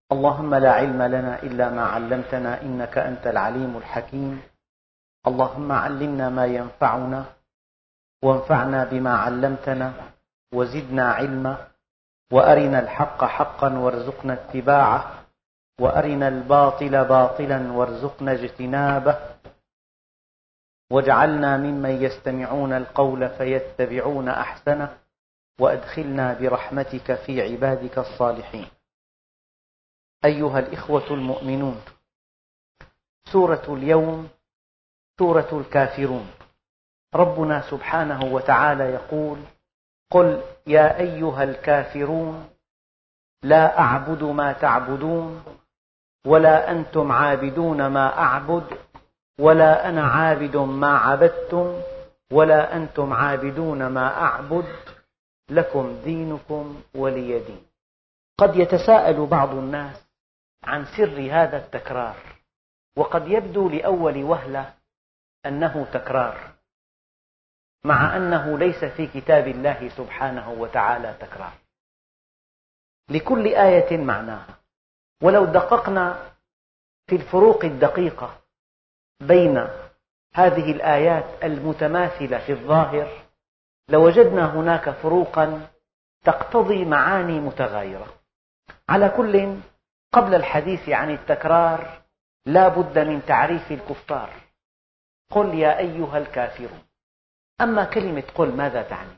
اللهم لا علم لنا إلا ما علمتنا إنك أنت العليم الحكيم. اللهم علمنا ما ينفعنا وانفعنا بما علمتنا وزدنا علما، وأرنا الحق حقا وارزقنا اتباعه، وأرنا الباطل باطلا وارزقنا اجتنابه، واجعلنا ممن يستمعون القول فيتبعون أحسنه، وأدخلنا برحمتك في عبادك الصالحين. أيها الإخوة المؤمنون، سورة اليوم سورة الكافرون. ربنا سبحانه وتعالى يقول: قل يا أيها الكافرون لا أعبد ما تعبدون ولا أنتم عابدون ما أعبد ولا أنا عابد ما عبدتم ولا أنتم عابدون ما أعبد لكم دينكم ولي دين. قد يتساءل بعض الناس عن سر هذا التكرار، وقد يبدو لأول وهلة أنه تكرار، مع أنه ليس في كتاب الله سبحانه وتعالى تكرار. لكل آية معناها، ولو دققنا في الفروق الدقيقة بين هذه الآيات المتماثلة في الظاهر لوجدنا هناك فروقا تقتضي معاني متغايرة. على كل، قبل الحديث عن التكرار لا بد من تعريف الكفار. قل يا أيها الكافرون. أما كلمة قل ماذا تعني؟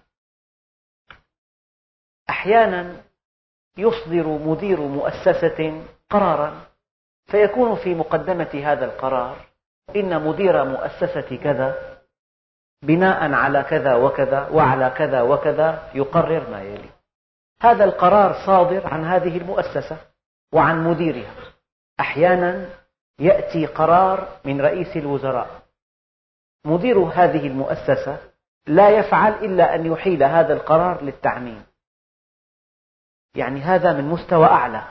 أحيانا يصدر مدير مؤسسة قرارا، فيكون في مقدمة هذا القرار: إن مدير مؤسسة كذا بناء على كذا وكذا وعلى كذا وكذا يقرر ما يلي. هذا القرار صادر عن هذه المؤسسة وعن مديرها. أحيانا يأتي قرار من رئيس الوزراء، مدير هذه المؤسسة لا يفعل إلا أن يحيل هذا القرار للتعميم، يعني هذا من مستوى أعلى.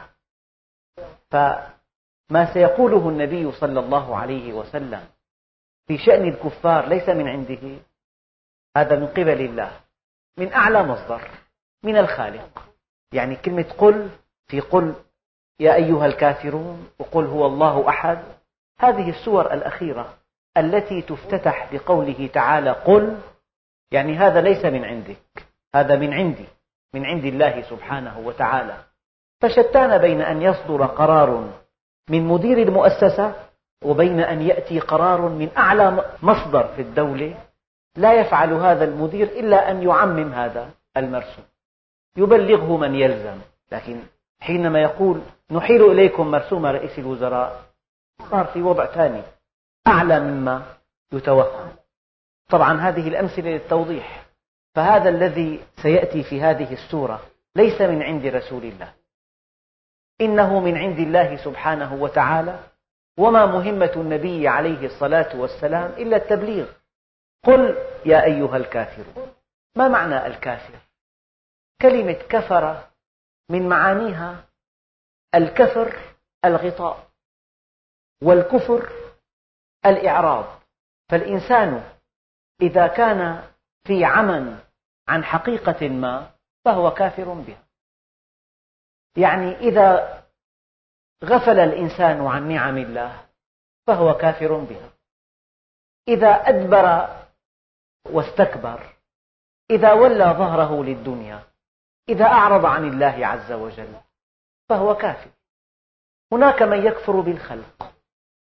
فما سيقوله النبي صلى الله عليه وسلم في شأن الكفار ليس من عنده، هذا من قبل الله، من أعلى مصدر، من الخالق. يعني كلمة قل، في قل يا أيها الكافرون وقل هو الله أحد، هذه السور الأخيرة التي تفتتح بقوله تعالى قل، يعني هذا ليس من عندك، هذا من عندي، من عند الله سبحانه وتعالى. فشتان بين أن يصدر قرار من مدير المؤسسة وبين أن يأتي قرار من أعلى مصدر في الدولة لا يفعل هذا المدير إلا أن يعمم هذا المرسوم، يبلغه من يلزم. لكن حينما يقول نحيل إليكم مرسوم رئيس الوزراء، صار في وضع ثاني أعلى مما يتوهم. طبعا هذه الأمثلة للتوضيح. فهذا الذي سيأتي في هذه السورة ليس من عند رسول الله، إنه من عند الله سبحانه وتعالى. وما مهمة النبي عليه الصلاة والسلام إلا التبليغ. قل يا أيها الكافرون. ما معنى الكافر؟ كلمة كفر من معانيها الكفر الغطاء، والكفر الإعراض. فالإنسان إذا كان في عمى عن حقيقة ما فهو كافر بها. يعني إذا غفل الإنسان عن نعم الله فهو كافر بها، إذا أدبر واستكبر، إذا ولى ظهره للدنيا، إذا أعرض عن الله عز وجل فهو كافر. هناك من يكفر بالخلق،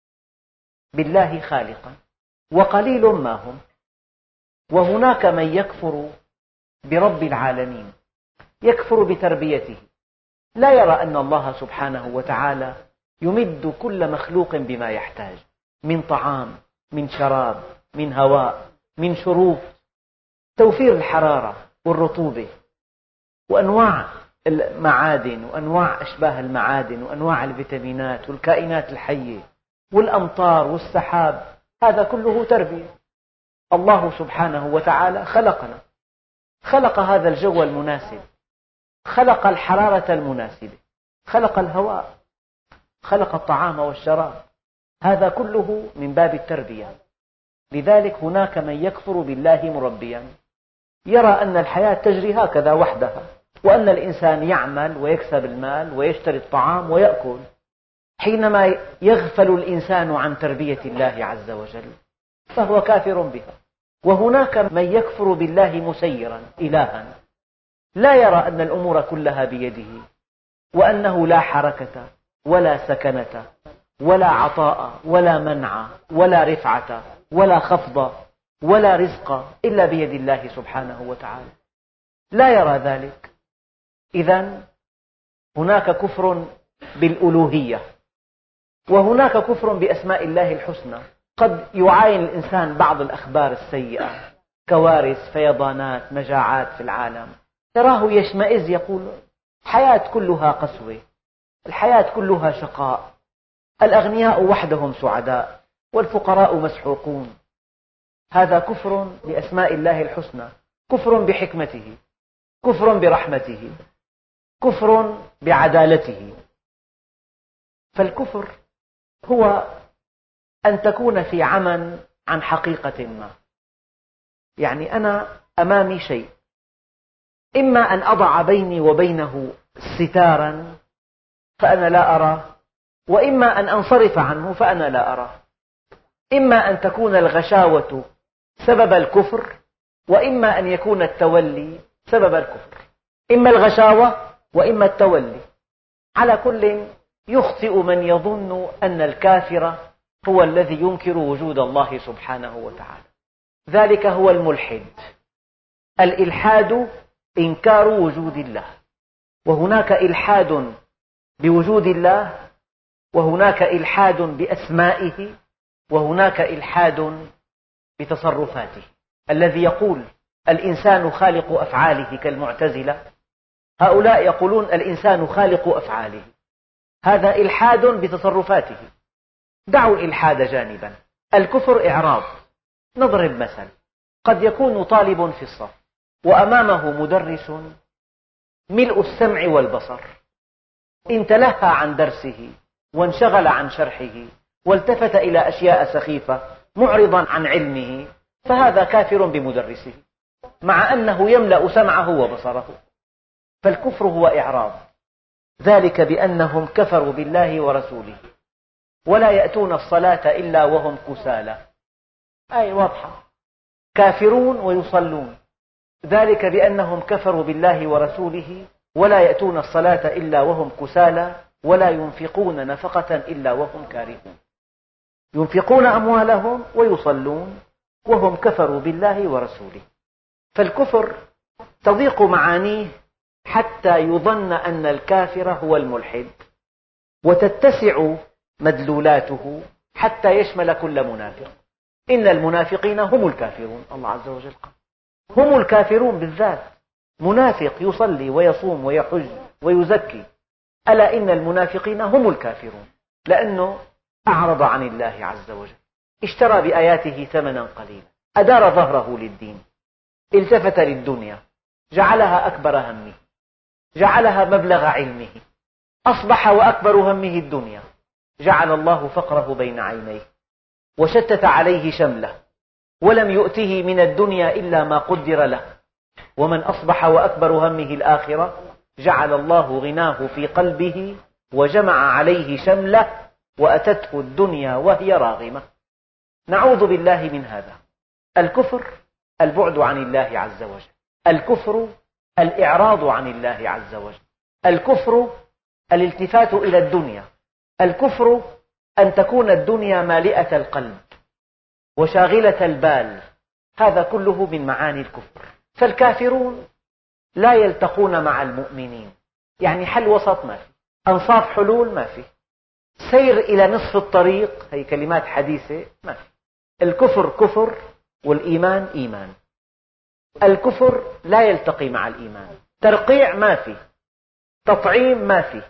بالله خالقا، وقليل ما هم. وهناك من يكفر برب العالمين، يكفر بتربيته، لا يرى أن الله سبحانه وتعالى يمد كل مخلوق بما يحتاج من طعام، من شراب، من هواء، من شروط، توفير الحرارة والرطوبة، وأنواع المعادن وأنواع أشباه المعادن وأنواع الفيتامينات والكائنات الحية والأمطار والسحاب. هذا كله تربية. الله سبحانه وتعالى خلقنا، خلق هذا الجو المناسب، خلق الحرارة المناسبة، خلق الهواء، خلق الطعام والشراب. هذا كله من باب التربية. لذلك هناك من يكفر بالله مربيا، يرى أن الحياة تجري هكذا وحدها، وأن الإنسان يعمل ويكسب المال ويشتري الطعام ويأكل. حينما يغفل الإنسان عن تربية الله عز وجل فهو كافر بها. وهناك من يكفر بالله مسيرا إلها، لا يرى أن الأمور كلها بيده، وأنه لا حركة ولا سكنة ولا عطاء ولا منع ولا رفعة ولا خفض ولا رزق إلا بيد الله سبحانه وتعالى، لا يرى ذلك. إذن هناك كفر بالألوهية، وهناك كفر بأسماء الله الحسنى. قد يعاين الإنسان بعض الأخبار السيئة، كوارث، فيضانات، مجاعات في العالم، تراه يشمئز يقول الحياة كلها قسوة، الحياة كلها شقاء، الأغنياء وحدهم سعداء والفقراء مسحوقون. هذا كفر بأسماء الله الحسنى، كفر بحكمته، كفر برحمته، كفر بعدالته. فالكفر هو أن تكون في عمى عن حقيقة ما. يعني أنا أمامي شيء، إما أن أضع بيني وبينه ستارا فأنا لا أراه، وإما أن أنصرف عنه فأنا لا أراه. إما أن تكون الغشاوة سبب الكفر، وإما أن يكون التولي سبب الكفر. إما الغشاوة وإما التولي. على كل يخطئ من يظن أن الكافر هو الذي ينكر وجود الله سبحانه وتعالى. ذلك هو الملحد. الإلحاد إنكار وجود الله، وهناك إلحاد بوجود الله، وهناك إلحاد بأسمائه، وهناك إلحاد بتصرفاته. الذي يقول الإنسان خالق أفعاله كالمعتزلة، هؤلاء يقولون الإنسان خالق أفعاله، هذا إلحاد بتصرفاته. دعوا الإلحاد جانبا. الكفر إعراض. نضرب مثل، قد يكون طالب في الصف وأمامه مدرس ملء السمع والبصر، إن تلهى عن درسه وانشغل عن شرحه والتفت إلى أشياء سخيفة معرضا عن علمه فهذا كافر بمدرسه، مع أنه يملأ سمعه وبصره. فالكفر هو إعراض، ذلك بأنهم كفروا بالله ورسوله ولا يأتون الصلاة إلا وهم كسالى. آية واضحة. كافرون ويصلون، ذلك بأنهم كفروا بالله ورسوله ولا يأتون الصلاة إلا وهم كسالى ولا ينفقون نفقة إلا وهم كارهون. ينفقون أموالهم ويصلون وهم كفروا بالله ورسوله. فالكفر تضيق معانيه حتى يظن أن الكافر هو الملحد، وتتسع مدلولاته حتى يشمل كل منافق. إن المنافقين هم الكافرون، الله عز وجل قال هم الكافرون بالذات. منافق يصلي ويصوم ويحج ويزكي، ألا إن المنافقين هم الكافرون، لأنه أعرض عن الله عز وجل، اشترى بآياته ثمنا قليلا، أدار ظهره للدين، التفت للدنيا، جعلها أكبر همه، جعلها مبلغ علمه، أصبح وأكبر همه الدنيا، جعل الله فقره بين عينيه وشتت عليه شمله ولم يؤته من الدنيا إلا ما قدر له. ومن أصبح وأكبر همه الآخرة جعل الله غناه في قلبه وجمع عليه شمله وأتته الدنيا وهي راغمة. نعوذ بالله من هذا. الكفر البعد عن الله عز وجل، الكفر الإعراض عن الله عز وجل، الكفر الالتفات إلى الدنيا، الكفر أن تكون الدنيا مالئة القلب وشاغلة البال. هذا كله من معاني الكفر. فالكافرون لا يلتقون مع المؤمنين، يعني حل وسط ما في، أنصاف حلول ما في، سير إلى نصف الطريق، هي كلمات حديثة ما في. الكفر كفر والإيمان إيمان. الكفر لا يلتقي مع الإيمان، ترقيع ما في، تطعيم ما في،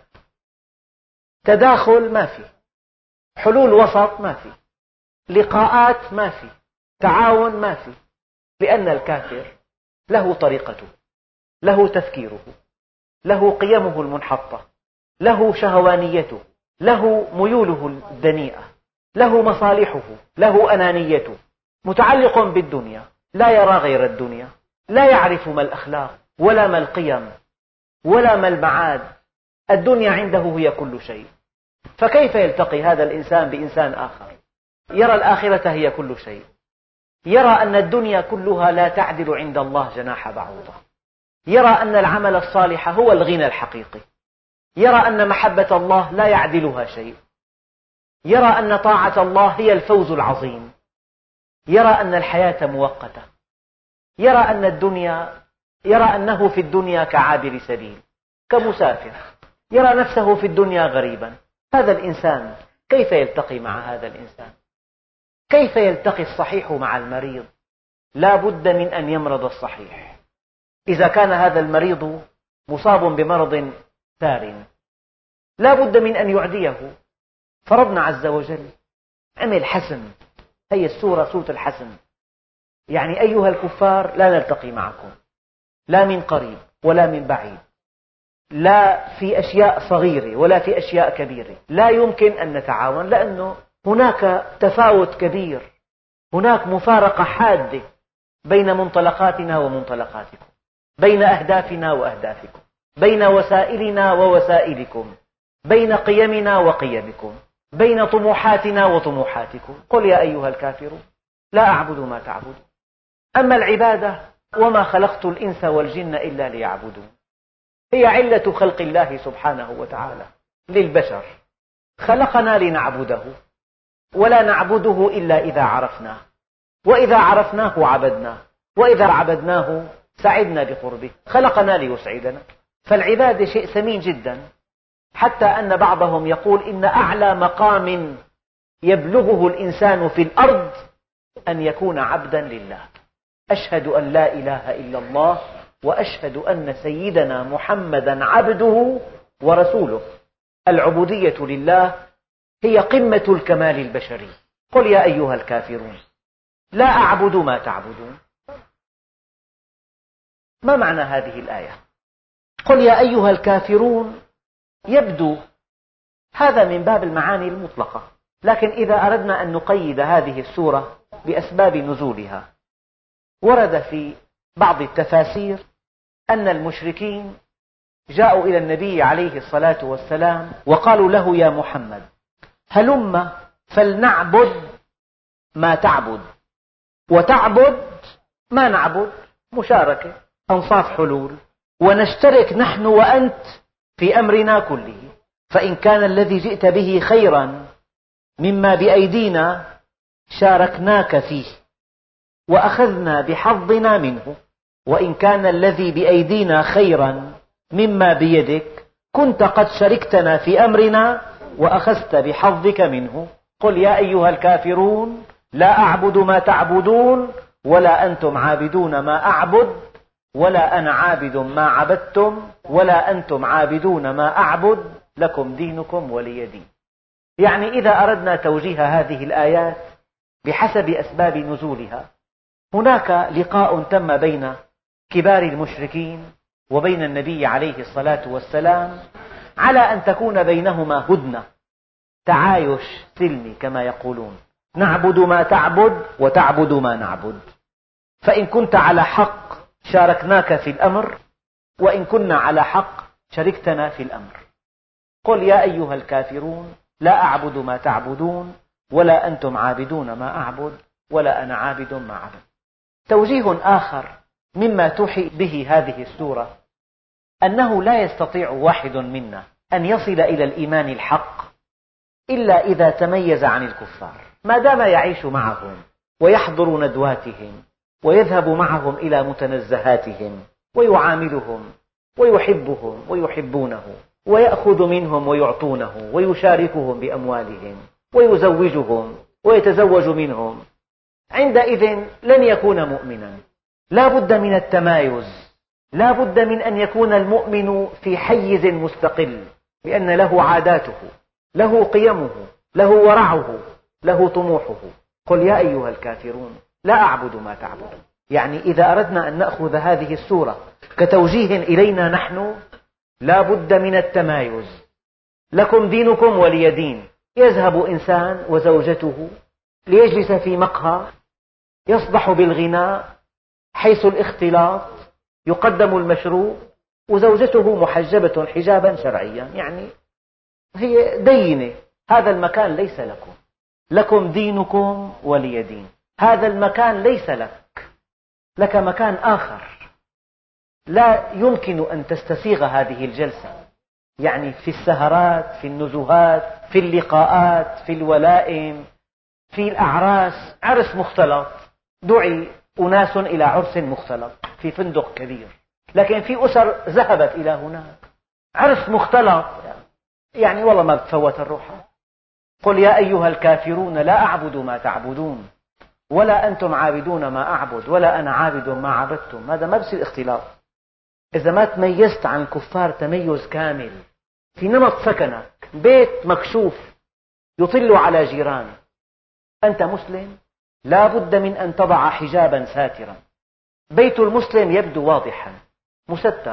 تداخل ما في، حلول وسط ما في، لقاءات ما في، تعاون ما في. لأن الكافر له طريقته، له تفكيره، له قيمه المنحطة، له شهوانيته، له ميوله الدنيئة، له مصالحه، له أنانيته، متعلق بالدنيا، لا يرى غير الدنيا، لا يعرف ما الأخلاق ولا ما القيم ولا ما المعاد، الدنيا عنده هي كل شيء. فكيف يلتقي هذا الإنسان بإنسان آخر يرى الآخرة هي كل شيء، يرى أن الدنيا كلها لا تعدل عند الله جناح بعوضة، يرى أن العمل الصالح هو الغنى الحقيقي، يرى أن محبة الله لا يعدلها شيء، يرى أن طاعة الله هي الفوز العظيم، يرى أن الحياة مؤقتة، يرى أنه في الدنيا كعابر سبيل، كمسافر، يرى نفسه في الدنيا غريبا. هذا الإنسان كيف يلتقي مع هذا الإنسان؟ كيف يلتقي الصحيح مع المريض؟ لا بد من أن يمرض الصحيح. إذا كان هذا المريض مصاب بمرض سار لا بد من أن يعديه، فربنا عز وجل عمل حسم. هي السورة سورة الحسم، يعني أيها الكفار لا نلتقي معكم، لا من قريب ولا من بعيد، لا في أشياء صغيرة ولا في أشياء كبيرة، لا يمكن أن نتعاون، لأنه هناك تفاوت كبير، هناك مفارقة حادة بين منطلقاتنا ومنطلقاتكم، بين أهدافنا وأهدافكم، بين وسائلنا ووسائلكم، بين قيمنا وقيمكم، بين طموحاتنا وطموحاتكم. قل يا أيها الكافرون لا أعبد ما تعبدون. أما العبادة وما خلقت الإنس والجن إلا ليعبدون، هي علة خلق الله سبحانه وتعالى للبشر، خلقنا لنعبده، ولا نعبده إلا إذا عرفناه، وإذا عرفناه عبدناه، وإذا عبدناه سعدنا بقربه، خلقنا ليسعدنا. فالعبادة شيء ثمين جدا، حتى أن بعضهم يقول إن أعلى مقام يبلغه الإنسان في الأرض أن يكون عبدا لله. أشهد أن لا إله إلا الله وأشهد أن سيدنا محمدا عبده ورسوله. العبودية لله هي قمة الكمال البشري. قل يا أيها الكافرون لا أعبد ما تعبدون. ما معنى هذه الآية؟ قل يا أيها الكافرون يبدو هذا من باب المعاني المطلقة، لكن إذا أردنا أن نقيد هذه السورة بأسباب نزولها، ورد في بعض التفاسير أن المشركين جاءوا إلى النبي عليه الصلاة والسلام وقالوا له يا محمد هلم فلنعبد ما تعبد وتعبد ما نعبد، مشاركة، أنصاف حلول، ونشترك نحن وأنت في أمرنا كله، فإن كان الذي جئت به خيرا مما بأيدينا شاركناك فيه وأخذنا بحظنا منه، وإن كان الذي بأيدينا خيرا مما بيدك كنت قد شاركتنا في أمرنا وأخذت بحظك منه. قل يا أيها الكافرون لا أعبد ما تعبدون ولا أنتم عابدون ما أعبد ولا أنا عابد ما عبدتم ولا أنتم عابدون ما أعبد لكم دينكم ولي دين. يعني إذا أردنا توجيه هذه الآيات بحسب أسباب نزولها، هناك لقاء تم بين كبار المشركين وبين النبي عليه الصلاة والسلام على أن تكون بينهما هدنة، تعايش سلمي كما يقولون، نعبد ما تعبد وتعبد ما نعبد، فإن كنت على حق شاركناك في الأمر، وإن كنا على حق شاركتنا في الأمر. قل يا أيها الكافرون لا أعبد ما تعبدون ولا أنتم عابدون ما أعبد ولا أنا عابد ما عبد. توجيه آخر مما توحي به هذه السورة أنه لا يستطيع واحد منا أن يصل إلى الإيمان الحق إلا إذا تميز عن الكفار، ما دام يعيش معهم ويحضر ندواتهم ويذهب معهم إلى متنزهاتهم ويعاملهم ويحبهم ويحبونه ويأخذ منهم ويعطونه ويشاركهم بأموالهم ويزوجهم ويتزوج منهم، عندئذ لن يكون مؤمنا. لا بد من التمايز، لا بد من أن يكون المؤمن في حيز مستقل، بأن له عاداته، له قيمه، له ورعه، له طموحه. قل يا أيها الكافرون لا أعبد ما تعبدون. يعني إذا أردنا أن نأخذ هذه السورة كتوجيه إلينا نحن، لا بد من التمايز. لكم دينكم ولي دين. يذهب إنسان وزوجته ليجلس في مقهى يصدح بالغناء حيث الاختلاط، يقدم المشروب وزوجته محجبة حجابا شرعيا، يعني هي دينة، هذا المكان ليس لكم، لكم دينكم ولي دين. هذا المكان ليس لك، لك مكان آخر. لا يمكن أن تستسيغ هذه الجلسة، يعني في السهرات، في النزهات، في اللقاءات، في الولائم، في الأعراس، عرس مختلط، دعي أناس إلى عرس مختلط في فندق كبير، لكن في أسر ذهبت إلى هناك، عرس مختلط، يعني والله ما بتفوت الروحة. قل يا أيها الكافرون لا أعبد ما تعبدون ولا أنتم عابدون ما أعبد ولا أنا عابد ما عبدتم. هذا ما بصير اختلاط. إذا ما تميزت عن الكفار تميز كامل في نمط سكنك، بيت مكشوف يطل على جيران، أنت مسلم لا بد من أن تضع حجابا ساترا. بيت المسلم يبدو واضحا مستر.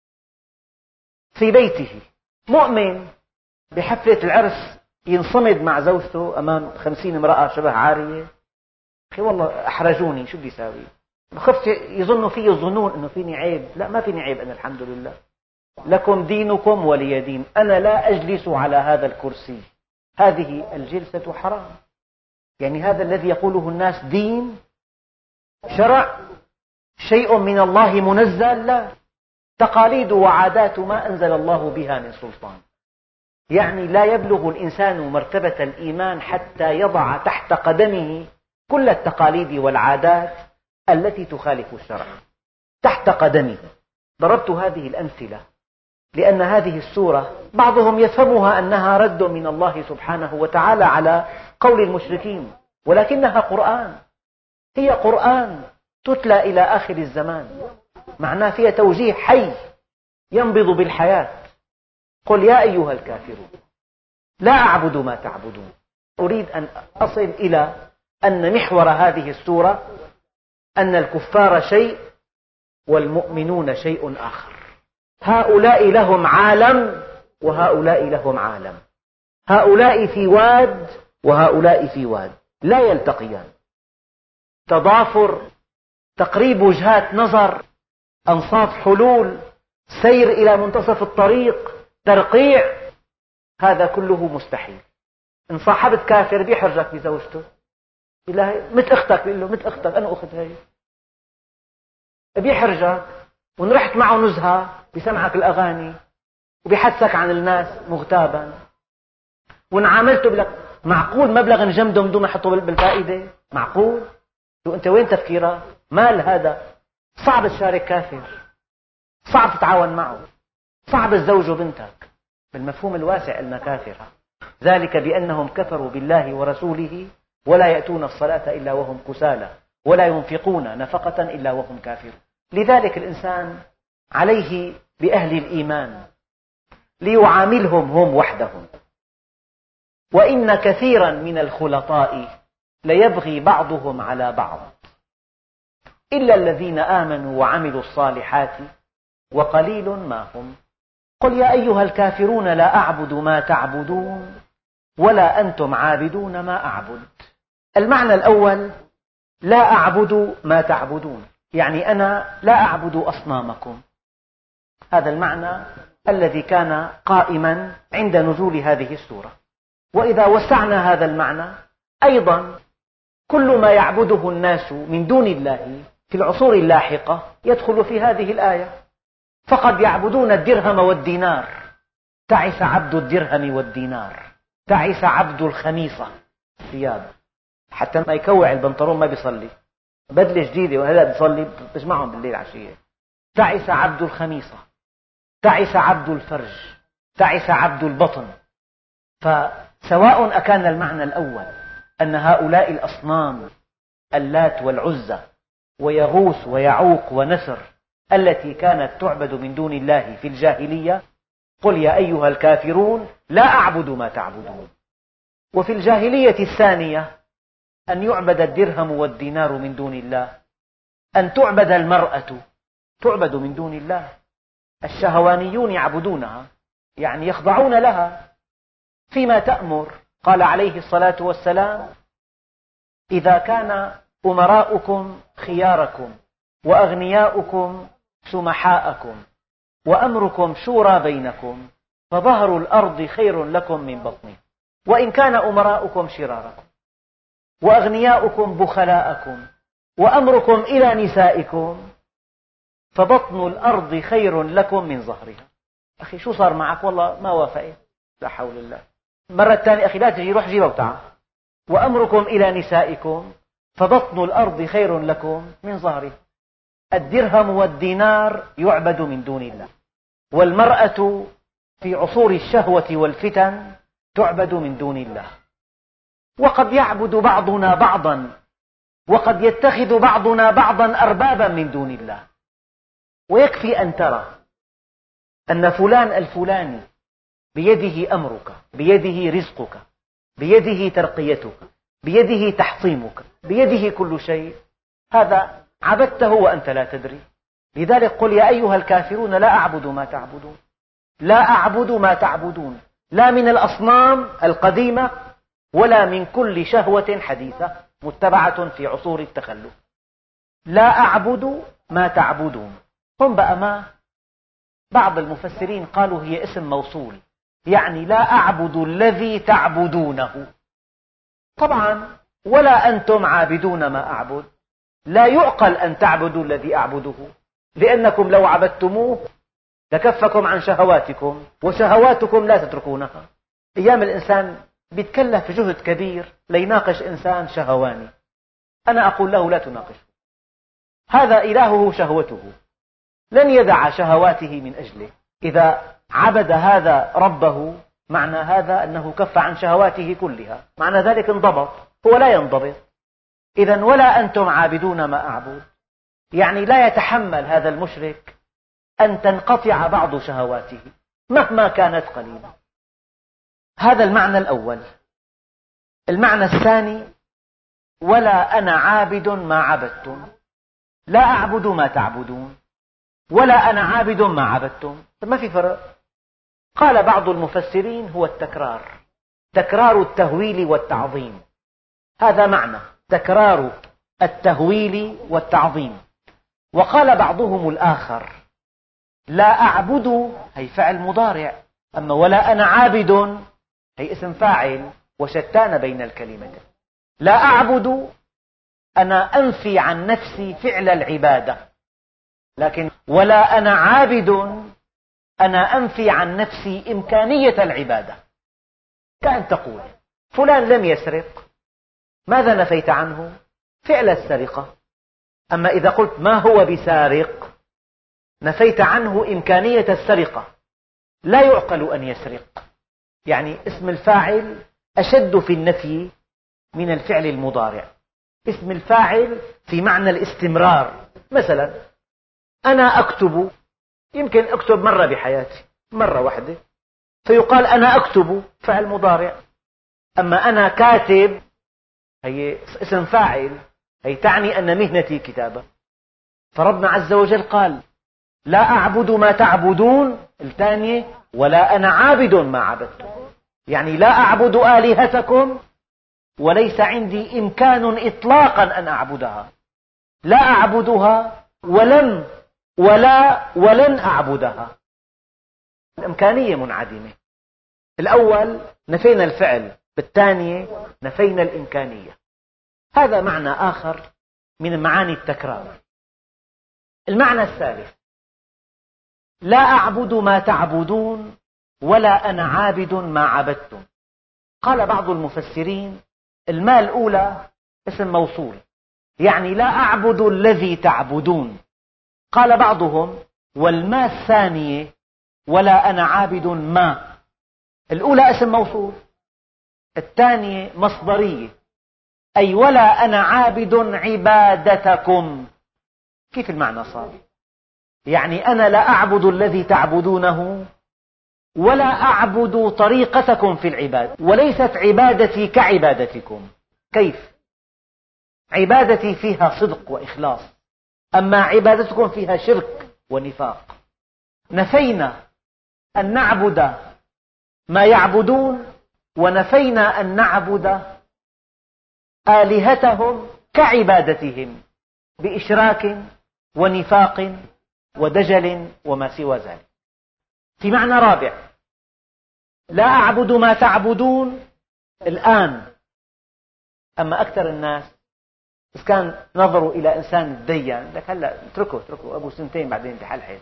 في بيته مؤمن بحفلة العرس ينصمد مع زوجته أمام 50 امرأة شبه عارية، أخي والله أحرجوني، شو بدي أساوي؟ خفت يظنوا في الظنون أنه فيني عيب. لا، ما فيني عيب أنا الحمد لله. لكم دينكم ولي دين. أنا لا أجلس على هذا الكرسي، هذه الجلسة حرام. يعني هذا الذي يقوله الناس دين، شرع، شيء من الله منزل، لا، تقاليد وعادات ما أنزل الله بها من سلطان. يعني لا يبلغ الإنسان مرتبة الإيمان حتى يضع تحت قدمه كل التقاليد والعادات التي تخالف الشرع تحت قدمه. ضربت هذه الأمثلة لأن هذه السورة بعضهم يفهمها أنها رد من الله سبحانه وتعالى على قول المشركين، ولكنها قرآن. هي قرآن تتلى إلى آخر الزمان، معناه فيها توجيه حي ينبض بالحياة. قل يا أيها الكافرون لا أعبد ما تعبدون. أريد أن أصل إلى أن محور هذه السورة أن الكفار شيء والمؤمنون شيء آخر. هؤلاء لهم عالم وهؤلاء لهم عالم، هؤلاء في واد وهؤلاء في واد، لا يلتقيان. تضافر، تقريب وجهات نظر، أنصاف حلول، سير إلى منتصف الطريق، ترقيع، هذا كله مستحيل. إن صاحبت كافر بيحرجك بزوجته، مثل أختك، بيقول له مثل أختك، أنا أخت هاي، بيحرجك. وإن رحت معه نزهة بيسمعك الأغاني وبيحدثك عن الناس مغتابا. وإن عاملته بلك معقول مبلغ نجمده بدون ما يحطه بالفائدة؟ معقول؟ أنت وين تفكيرك؟ مال هذا؟ صعب تشارك كافر، صعب تتعاون معه، صعب تزوج بنتك. بالمفهوم الواسع أن كافرة، ذلك بأنهم كفروا بالله ورسوله ولا يأتون الصلاة إلا وهم كسالى ولا ينفقون نفقة إلا وهم كافرون. لذلك الإنسان عليه بأهل الإيمان ليعاملهم هم وحدهم. وإن كثيرا من الخلطاء ليبغي بعضهم على بعض إلا الذين آمنوا وعملوا الصالحات وقليل ما هم. قل يا أيها الكافرون لا أعبد ما تعبدون ولا أنتم عابدون ما أعبد. المعنى الأول لا أعبد ما تعبدون، يعني أنا لا أعبد أصنامكم. هذا المعنى الذي كان قائما عند نزول هذه السورة. وإذا وسعنا هذا المعنى أيضا كل ما يعبده الناس من دون الله في العصور اللاحقة يدخل في هذه الآية. فقد يعبدون الدرهم والدينار، تعس عبد الدرهم والدينار، تعس عبد الخميصة، ثياب حتى ما يكوع البنطلون ما بيصلي، بدلة جديدة وهلا بيصلي بسمعهم بالليل عشية. تعس عبد الخميصة، تعس عبد الفرج، تعس عبد البطن. فسواء أكان المعنى الأول أن هؤلاء الأصنام اللات والعزى ويغوث ويعوق ونسر التي كانت تعبد من دون الله في الجاهلية، قل يا أيها الكافرون لا أعبد ما تعبدون. وفي الجاهلية الثانية أن يعبد الدرهم والدينار من دون الله، أن تعبد المرأة تعبد من دون الله. الشهوانيون يعبدونها، يعني يخضعون لها فيما تأمر. قال عليه الصلاة والسلام إذا كان أمراؤكم خياركم وأغنياؤكم سمحاءكم وأمركم شورى بينكم فظهر الأرض خير لكم من بطنها وإن كان أمراؤكم شراركم وأغنياؤكم بخلاءكم وأمركم إلى نسائكم فبطن الأرض خير لكم من ظهرها. أخي شو صار معك؟ والله ما وافقت. لا حول الله. مرة ثانية أخي لا تجي، روح جيبها وتعال. وأمركم إلى نسائكم فبطن الأرض خير لكم من ظهرها. الدرهم والدينار يعبد من دون الله، والمرأة في عصور الشهوة والفتن تعبد من دون الله، وقد يعبد بعضنا بعضا، وقد يتخذ بعضنا بعضا أربابا من دون الله. ويكفي أن ترى أن فلان الفلاني بيده أمرك، بيده رزقك، بيده ترقيتك، بيده تحطيمك، بيده كل شيء، هذا عبدته وأنت لا تدري. لذلك قل يا أيها الكافرون لا أعبد ما تعبدون، لا أعبد ما تعبدون، لا من الأصنام القديمة ولا من كل شهوة حديثة متبعة في عصور التخلف. لا أعبد ما تعبدون. هم بقى ما بعض المفسرين قالوا هي اسم موصول، يعني لا أعبد الذي تعبدونه. طبعا ولا أنتم عابدون ما أعبد، لا يعقل أن تعبدوا الذي أعبده، لأنكم لو عبدتموه لكفكم عن شهواتكم، وشهواتكم لا تتركونها. أيام الإنسان يتكلف جهد كبير ليناقش إنسان شهواني، أنا أقول له لا تناقشه، هذا إلهه شهوته، لن يدع شهواته من أجله. إذا عبد هذا ربه معنى هذا أنه كف عن شهواته كلها، معنى ذلك انضبط، هو لا ينضبط. إذن ولا أنتم عابدون ما أعبد، يعني لا يتحمل هذا المشرك أن تنقطع بعض شهواته مهما كانت قليلة. هذا المعنى الأول. المعنى الثاني ولا أنا عابد ما عبدتم، لا أعبد ما تعبدون ولا أنا عابد ما عبدتم، ما في فرق. قال بعض المفسرين هو التكرار، تكرار التهويل والتعظيم، هذا معنى تكرار التهويل والتعظيم. وقال بعضهم الآخر لا أعبد هي فعل مضارع، أما ولا أنا عابد هي اسم فاعل، وشتان بين الكلمتين. لا أعبد أنا أنفي عن نفسي فعل العبادة، لكن ولا أنا عابد أنا أنفي عن نفسي إمكانية العبادة. كأن تقول فلان لم يسرق، ماذا نفيت عنه؟ فعل السرقة. أما إذا قلت ما هو بسارق نفيت عنه إمكانية السرقة، لا يعقل أن يسرق. يعني اسم الفاعل أشد في النفي من الفعل المضارع. اسم الفاعل في معنى الاستمرار. مثلا أنا أكتب، يمكن أكتب مرة بحياتي، مرة واحدة، فيقال أنا أكتب فعل مضارع. أما أنا كاتب هي اسم فاعل، هي تعني أن مهنتي كتابة. فربنا عز وجل قال لا أعبد ما تعبدون، الثانية ولا أنا عابد ما عبدتم، يعني لا أعبد آلهتكم وليس عندي إمكان إطلاقا أن أعبدها، لا أعبدها ولن أعبدها. الإمكانية منعدمة. الأول نفينا الفعل، بالثانية نفينا الإمكانية. هذا معنى آخر من معاني التكرار. المعنى الثالث لا أعبد ما تعبدون ولا أنا عابد ما عبدتم. قال بعض المفسرين الماء الأولى اسم موصول، يعني لا أعبد الذي تعبدون. قال بعضهم والماء الثانية ولا أنا عابد ما، الأولى اسم موصول، الثانية مصدرية، أي ولا أنا عابد عبادتكم. كيف المعنى صار؟ يعني أنا لا أعبد الذي تعبدونه ولا أعبد طريقتكم في العبادة، وليست عبادتي كعبادتكم. كيف؟ عبادتي فيها صدق وإخلاص، أما عبادتكم فيها شرك ونفاق. نفينا أن نعبد ما يعبدون، ونفينا أن نعبد آلهتهم كعبادتهم بإشراك ونفاق ودجل وما سوى ذلك. في معنى رابع: لا أعبد ما تعبدون الآن. أما أكثر الناس إذا كان نظروا إلى إنسان تدين لك هلأ اتركه أبو سنتين بعدين بحلحل،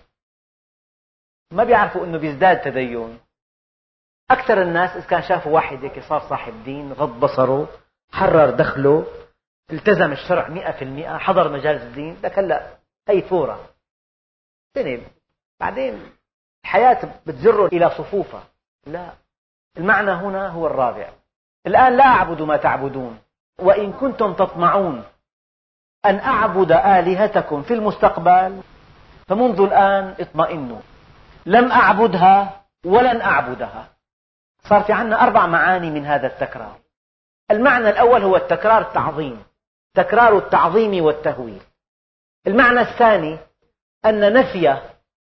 ما بيعرفوا أنه بيزداد تدين. أكثر الناس إذا كان شافوا واحد هيك صار صاحب دين، غض بصره، حرر دخله، التزم الشرع 100%، حضر مجالس الدين، لك هلأ هي فورة سنة بعدين الحياة بتجره إلى صفوفة. لا، المعنى هنا هو الرابع: الآن لا أعبد ما تعبدون، وإن كنتم تطمعون أن أعبد آلهتكم في المستقبل فمنذ الآن اطمئنوا، لم أعبدها ولن أعبدها. صار في عندنا 4 معاني من هذا التكرار. المعنى الأول هو التكرار التعظيم، تكرار التعظيم والتهويل. المعنى الثاني أن نفي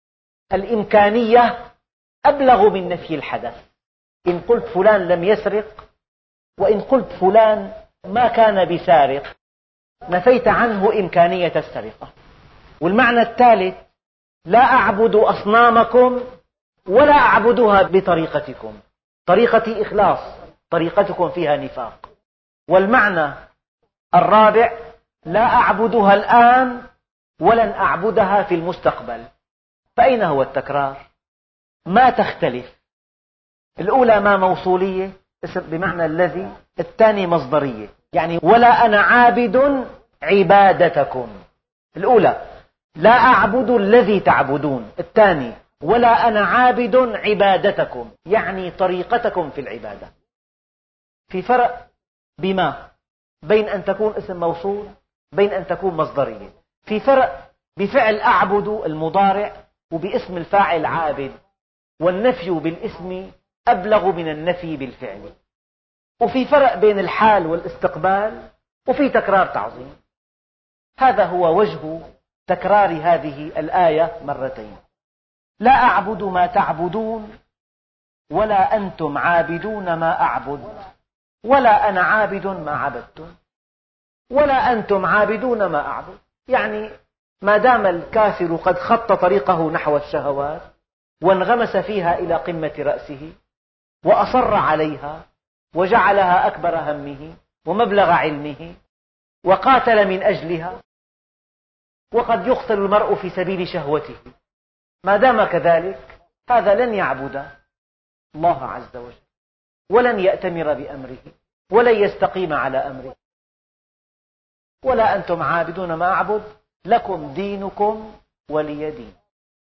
الإمكانية أبلغ من نفي الحدث. إن قلت فلان لم يسرق، وإن قلت فلان ما كان بسارق، نفيت عنه إمكانية السرقة. والمعنى الثالث: لا أعبد أصنامكم ولا أعبدها بطريقتكم، طريقتي إخلاص، طريقتكم فيها نفاق. والمعنى الرابع: لا أعبدها الآن ولن أعبدها في المستقبل. فأين هو التكرار؟ ما تختلف. الأولى ما موصولية بمعنى الذي، الثاني مصدرية يعني ولا أنا عابد عبادتكم. الأولى لا أعبد الذي تعبدون، الثاني ولا أنا عابد عبادتكم يعني طريقتكم في العبادة. في فرق بما بين أن تكون اسم موصول بين أن تكون مصدرية. في فرق بفعل أعبد المضارع وباسم الفاعل عابد، والنفي بالاسم أبلغ من النفي بالفعل. وفي فرق بين الحال والاستقبال، وفي تكرار تعظيم. هذا هو وجه تكرار هذه الآية مرتين: لا أعبد ما تعبدون ولا أنتم عابدون ما أعبد ولا أنا عابد ما عبدتم ولا أنتم عابدون ما أعبد. يعني ما دام الكافر قد خط طريقه نحو الشهوات وانغمس فيها إلى قمة رأسه وأصر عليها وجعلها أكبر همه ومبلغ علمه وقاتل من أجلها، وقد يقتل المرء في سبيل شهوته، ما دام كذلك هذا لن يعبد الله عز وجل ولن يأتمر بأمره ولن يستقيم على أمره. ولا أنتم عابدون ما أعبد لكم دينكم ولي دين.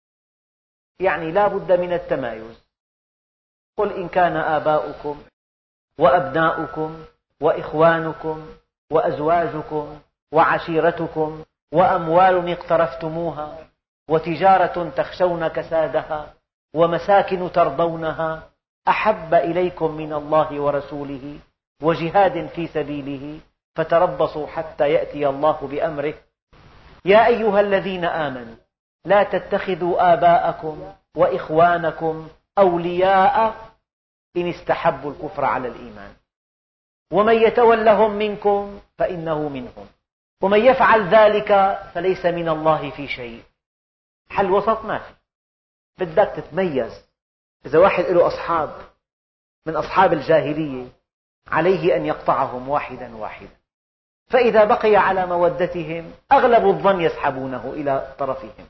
يعني لا بد من التمايز. قل إن كان آباؤكم وأبناؤكم وإخوانكم وأزواجكم وعشيرتكم وأموال اقترفتموها وتجارة تخشون كسادها ومساكن ترضونها أحب إليكم من الله ورسوله وجهاد في سبيله فتربصوا حتى يأتي الله بأمره. يا أيها الذين آمنوا لا تتخذوا آباءكم وإخوانكم أولياء إن استحبوا الكفر على الإيمان ومن يتولهم منكم فإنه منهم ومن يفعل ذلك فليس من الله في شيء. حل وسط ما في. بدك تتميز. إذا واحد له أصحاب من أصحاب الجاهلية عليه أن يقطعهم واحدا واحدا، فإذا بقي على مودتهم أغلب الظن يسحبونه إلى طرفهم.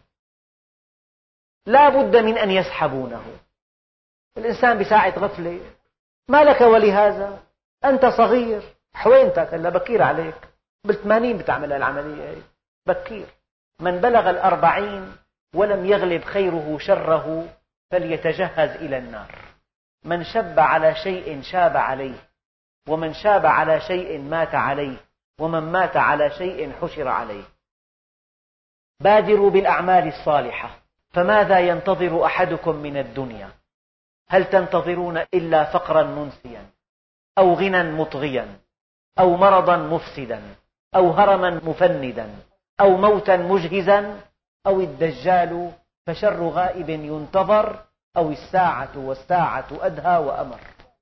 لا بد من أن يسحبونه. الإنسان بساعة غفلة ما لك ولهذا، أنت صغير، حوينتك هلا بكير عليك، بال80 بتعمل العملية، بكير. من بلغ 40 ولم يغلب خيره شره فليتجهز إلى النار. من شب على شيء شاب عليه، ومن شاب على شيء مات عليه، ومن مات على شيء حشر عليه. بادروا بالأعمال الصالحة فماذا ينتظر أحدكم من الدنيا؟ هل تنتظرون إلا فقرا منسيا أو غنى مطغيا أو مرضا مفسدا أو هرما مفندا أو موتا مجهزا أو الدجال فشر غائب ينتظر أو الساعة والساعة أدهى وأمر.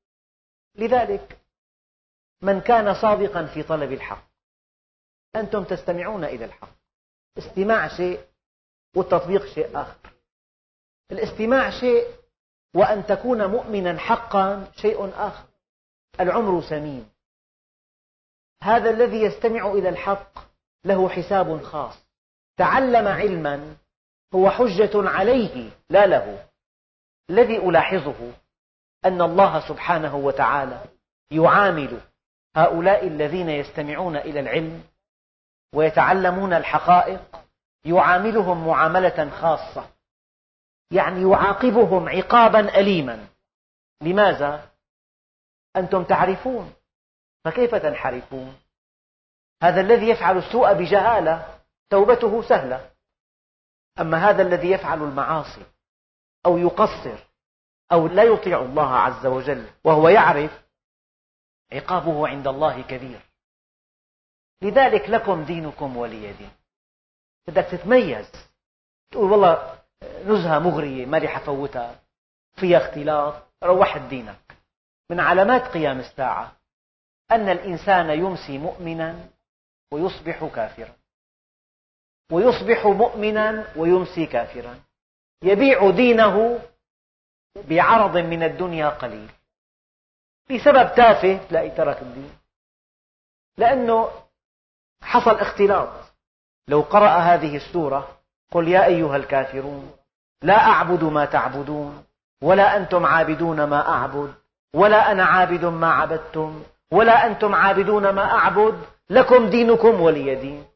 لذلك من كان صادقا في طلب الحق، أنتم تستمعون إلى الحق. استماع شيء والتطبيق شيء آخر. الاستماع شيء وأن تكون مؤمنا حقا شيء آخر. العمر ثمين، هذا الذي يستمع إلى الحق له حساب خاص، تعلم علما هو حجة عليه لا له. الذي ألاحظه أن الله سبحانه وتعالى يعامل هؤلاء الذين يستمعون إلى العلم ويتعلمون الحقائق، يعاملهم معاملة خاصة، يعني يعاقبهم عقابا أليما. لماذا؟ أنتم تعرفون فكيف تنحرفون؟ هذا الذي يفعل السوء بجهالة توبته سهلة، أما هذا الذي يفعل المعاصي أو يقصر أو لا يطيع الله عز وجل وهو يعرف، عقابه عند الله كبير. لذلك لكم دينكم ولي دين. بدك تتميز، تقول والله نزهة مغرية ما لي حفوتها، فيها اختلاط، روحت دينك. من علامات قيام الساعة أن الإنسان يمسي مؤمنا ويصبح كافرا، ويصبح مؤمنا ويمسي كافرا، يبيع دينه بعرض من الدنيا قليل بسبب تافه تلاقي ترك الدين، لأنه حصل اختلاط. لو قرأ هذه السورة: قل يا أيها الكافرون لا أعبد ما تعبدون ولا أنتم عابدون ما أعبد ولا أنا عابد ما عبدتم ولا أنتم عابدون ما أعبد لكم دينكم ولي دين.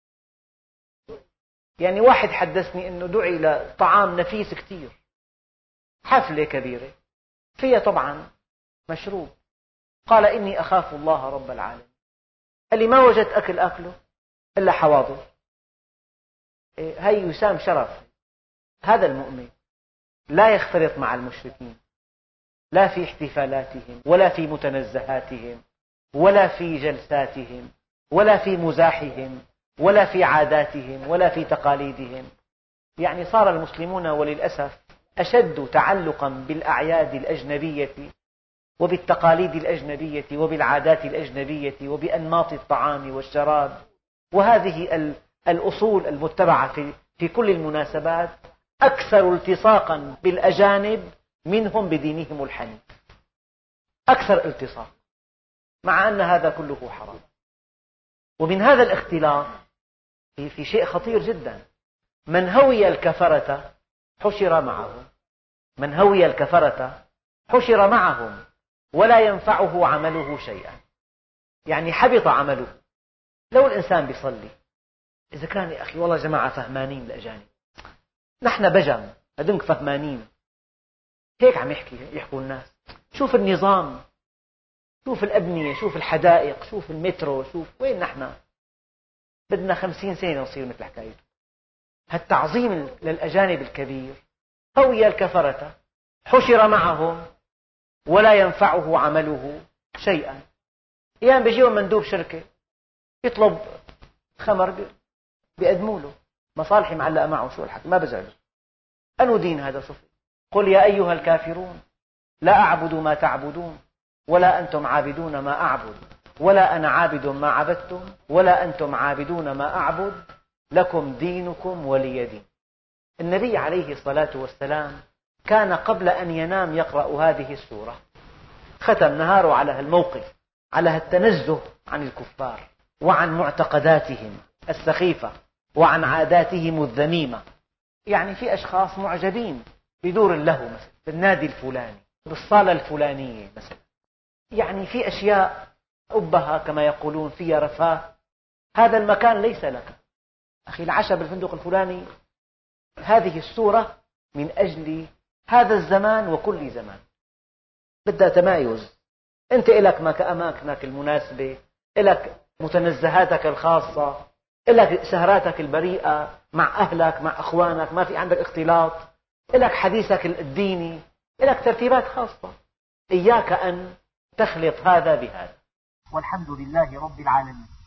يعني واحد حدثني أنه دعي لطعام نفيس كثير، حفلة كبيرة فيها طبعا مشروب، قال إني أخاف الله رب العالمين. قال لي ما وجدت أكل أكله إلا حواضر. هاي يسام شرف. هذا المؤمن لا يختلط مع المشركين، لا في احتفالاتهم ولا في متنزهاتهم ولا في جلساتهم ولا في مزاحهم ولا في عاداتهم ولا في تقاليدهم. يعني صار المسلمون وللأسف أشد تعلقا بالأعياد الأجنبية وبالتقاليد الأجنبية وبالعادات الأجنبية وبأنماط الطعام والشراب، وهذه الأصول المتبعة في كل المناسبات أكثر التصاقا بالأجانب منهم بدينهم الحنيف، أكثر التصاق، مع أن هذا كله حرام. ومن هذا الاختلاط في شيء خطير جدا: من هوي الكفرة حشر معهم، من هوي الكفرة حشر معهم ولا ينفعه عمله شيئا. يعني حبط عمله. لو الإنسان بيصلي، إذا كان يا أخي والله جماعة فهمانين الأجانب، نحن بجم هذنك فهمانين، هيك عم يحكوا الناس. شوف النظام، شوف الأبنية، شوف الحدائق، شوف المترو، شوف وين نحن بدنا 50 سنة نصير مثل حكايته. هالتعظيم للأجانب الكبير. هوي الكفرة حشر معهم ولا ينفعه عمله شيئا. أيام بيجيهم مندوب شركة يطلب خمر بيقدموا له، مصالحي معلقة معه، شو الحكي ما بزعل. أنو دين هذا صفي؟ قل يا أيها الكافرون لا أعبد ما تعبدون ولا أنتم عابدون ما أعبد ولا أنا عابد ما عبدتم ولا أنتم عابدون ما أعبد لكم دينكم ولي دين. النبي عليه الصلاة والسلام كان قبل أن ينام يقرأ هذه السورة، ختم نهاره على هالموقف، على التنزه عن الكفار وعن معتقداتهم السخيفة وعن عاداتهم الذميمة. يعني في أشخاص معجبين بدور اللهو مثلا في النادي الفلاني، بالصالة الفلانية مثلا، يعني في أشياء أبها كما يقولون، فيها رفاه. هذا المكان ليس لك أخي. العشاء بالفندق الفلاني، هذه السورة من أجل هذا الزمان وكل زمان، بدها تمايز. أنت إلك أماكنك المناسبة، إلك متنزهاتك الخاصة، إلك سهراتك البريئة مع أهلك مع أخوانك، ما في عندك اختلاط، إلك حديثك الديني، إلك ترتيبات خاصة. إياك أن تخلط هذا بهذا. والحمد لله رب العالمين.